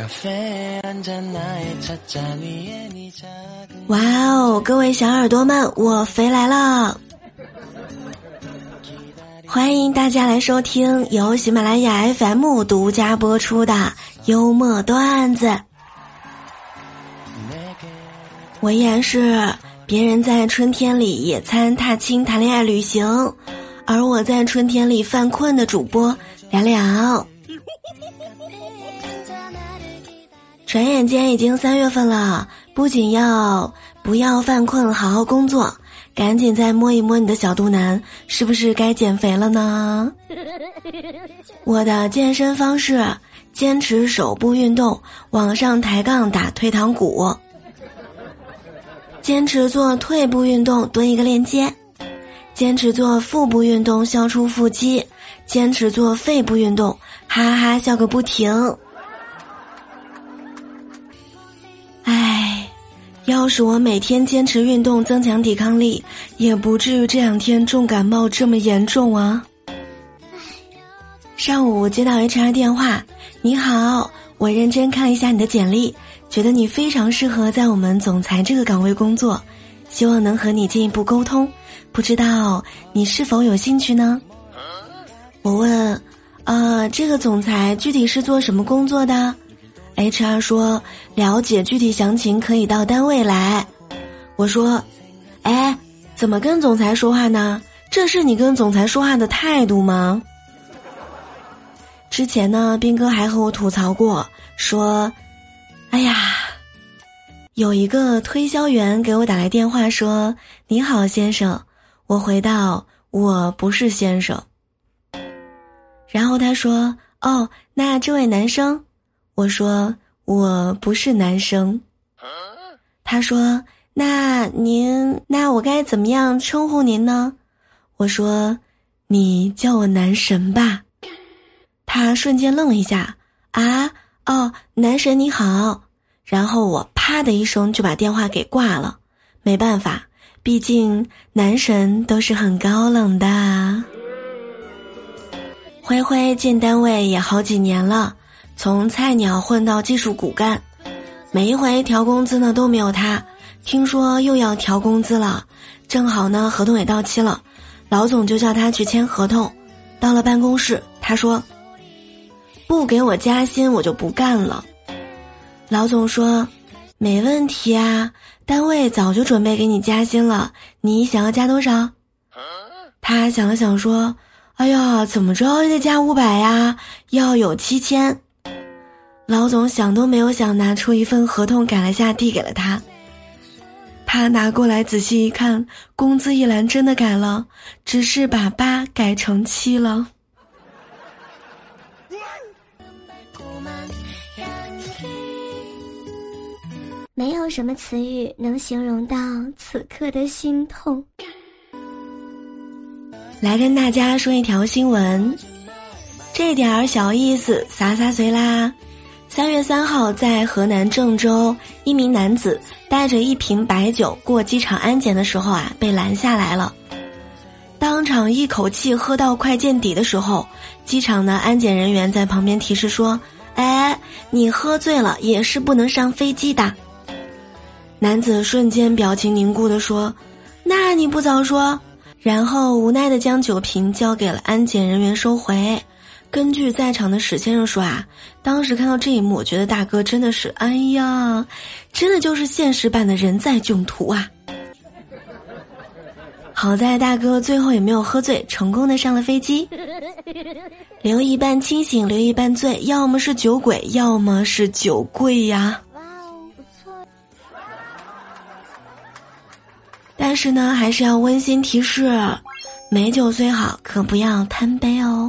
哇哦，各位小耳朵们，我肥来了！欢迎大家来收听由喜马拉雅 FM 独家播出的幽默段子。我依然是别人在春天里野餐、踏青、谈恋爱、旅行，而我在春天里犯困的主播聊聊。转眼间已经3月份了，不仅不要犯困，好好工作，赶紧再摸一摸你的小肚腩，是不是该减肥了呢？我的健身方式：坚持手部运动，往上抬杠打退堂鼓；坚持做退步运动，蹲一个链接；坚持做腹部运动，消除腹肌；坚持做肺部运动，哈哈笑个不停。要是我每天坚持运动增强抵抗力，也不至于这2天重感冒这么严重啊。上午接到 HR 电话，你好，我认真看了一下你的简历，觉得你非常适合在我们总裁这个岗位工作，希望能和你进一步沟通，不知道你是否有兴趣呢？我问，这个总裁具体是做什么工作的？HR 说，了解具体详情可以到单位来。我说，怎么跟总裁说话呢？这是你跟总裁说话的态度吗？之前呢，斌哥还和我吐槽过，说，有一个推销员给我打来电话说，你好先生，我回道，我不是先生。然后他说，那这位男生？我说我不是男生。他说那我该怎么样称呼您呢？我说你叫我男神吧。他瞬间愣了一下，男神你好。然后我啪的一声就把电话给挂了。没办法，毕竟男神都是很高冷的。灰灰进单位也好几年了，从菜鸟混到技术骨干，每一回调工资呢都没有他，听说又要调工资了，正好呢合同也到期了，老总就叫他去签合同。到了办公室，他说不给我加薪我就不干了。老总说没问题啊，单位早就准备给你加薪了，你想要加多少？他想了想说，怎么着也得加500呀，要有7000。老总想都没有想，拿出一份合同改了下，递给了他。他拿过来仔细一看，工资一栏真的改了，只是把8改成7了。 没有什么词语能形容到此刻的心痛。 来跟大家说一条新闻，这点小意思洒随啦。3月3号在河南郑州，一名男子带着1瓶白酒过机场安检的时候被拦下来了。当场一口气喝到快见底的时候，机场的安检人员在旁边提示说，你喝醉了也是不能上飞机的。男子瞬间表情凝固地说，那你不早说。然后无奈地将酒瓶交给了安检人员收回。根据在场的史先生说当时看到这一幕，我觉得大哥真的是真的就是现实版的人在囧途啊。好在大哥最后也没有喝醉，成功的上了飞机。留一半清醒，留一半醉，要么是酒鬼，要么是酒贵呀。但是呢，还是要温馨提示，美酒虽好，可不要贪杯哦。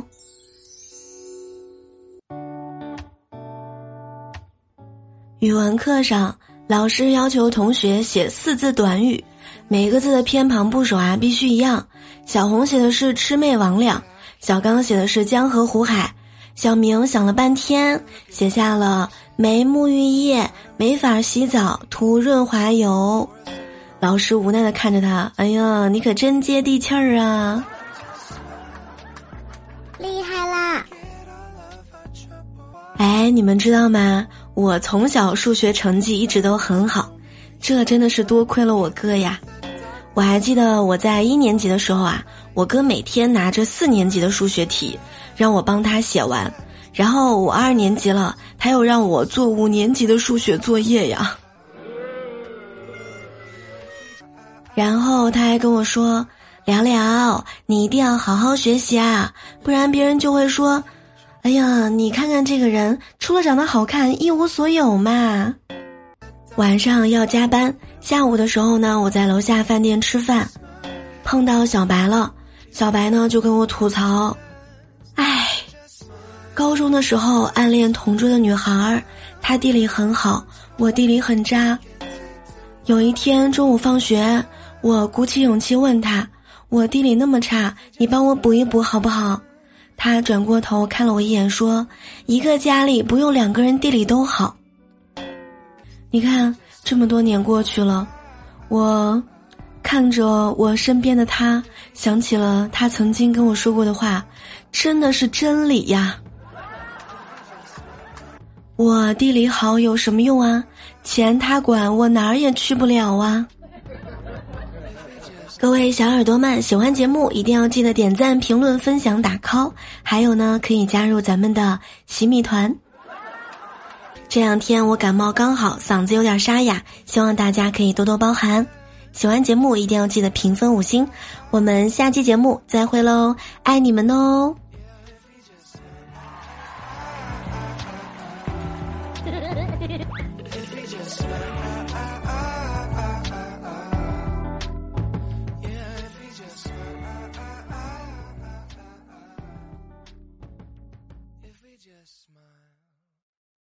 语文课上，老师要求同学写4字短语，每个字的偏旁部首必须一样。小红写的是魑魅魍魉，小刚写的是江河湖海，小明想了半天，写下了没沐浴液，没法洗澡，涂润滑油。老师无奈地看着他，你可真接地气儿啊！ 厉害啦！ 哎，你们知道吗？我从小数学成绩一直都很好，这真的是多亏了我哥呀。我还记得我在1年级的时候啊，我哥每天拿着4年级的数学题让我帮他写完，然后我2年级了，他又让我做5年级的数学作业呀。然后他还跟我说，聊聊，你一定要好好学习啊，不然别人就会说，哎呀，你看看这个人，除了长得好看，一无所有嘛。晚上要加班，下午的时候呢，我在楼下饭店吃饭，碰到小白了。小白呢就跟我吐槽，哎，高中的时候暗恋同桌的女孩，她地理很好，我地理很渣。有一天中午放学，我鼓起勇气问她，我地理那么差，你帮我补一补好不好？她转过头看了我一眼说，一个家里不用2个人地理都好。你看这么多年过去了，我看着我身边的他，想起了他曾经跟我说过的话，真的是真理呀。我地理好有什么用啊？钱他管，我哪儿也去不了啊。各位小耳朵们，喜欢节目一定要记得点赞、评论、分享、打 call， 还有呢，可以加入咱们的洗米团。这2天我感冒刚好，嗓子有点沙哑，希望大家可以多多包涵。喜欢节目一定要记得评分5星，我们下期节目再会喽，爱你们哦。 Just smile.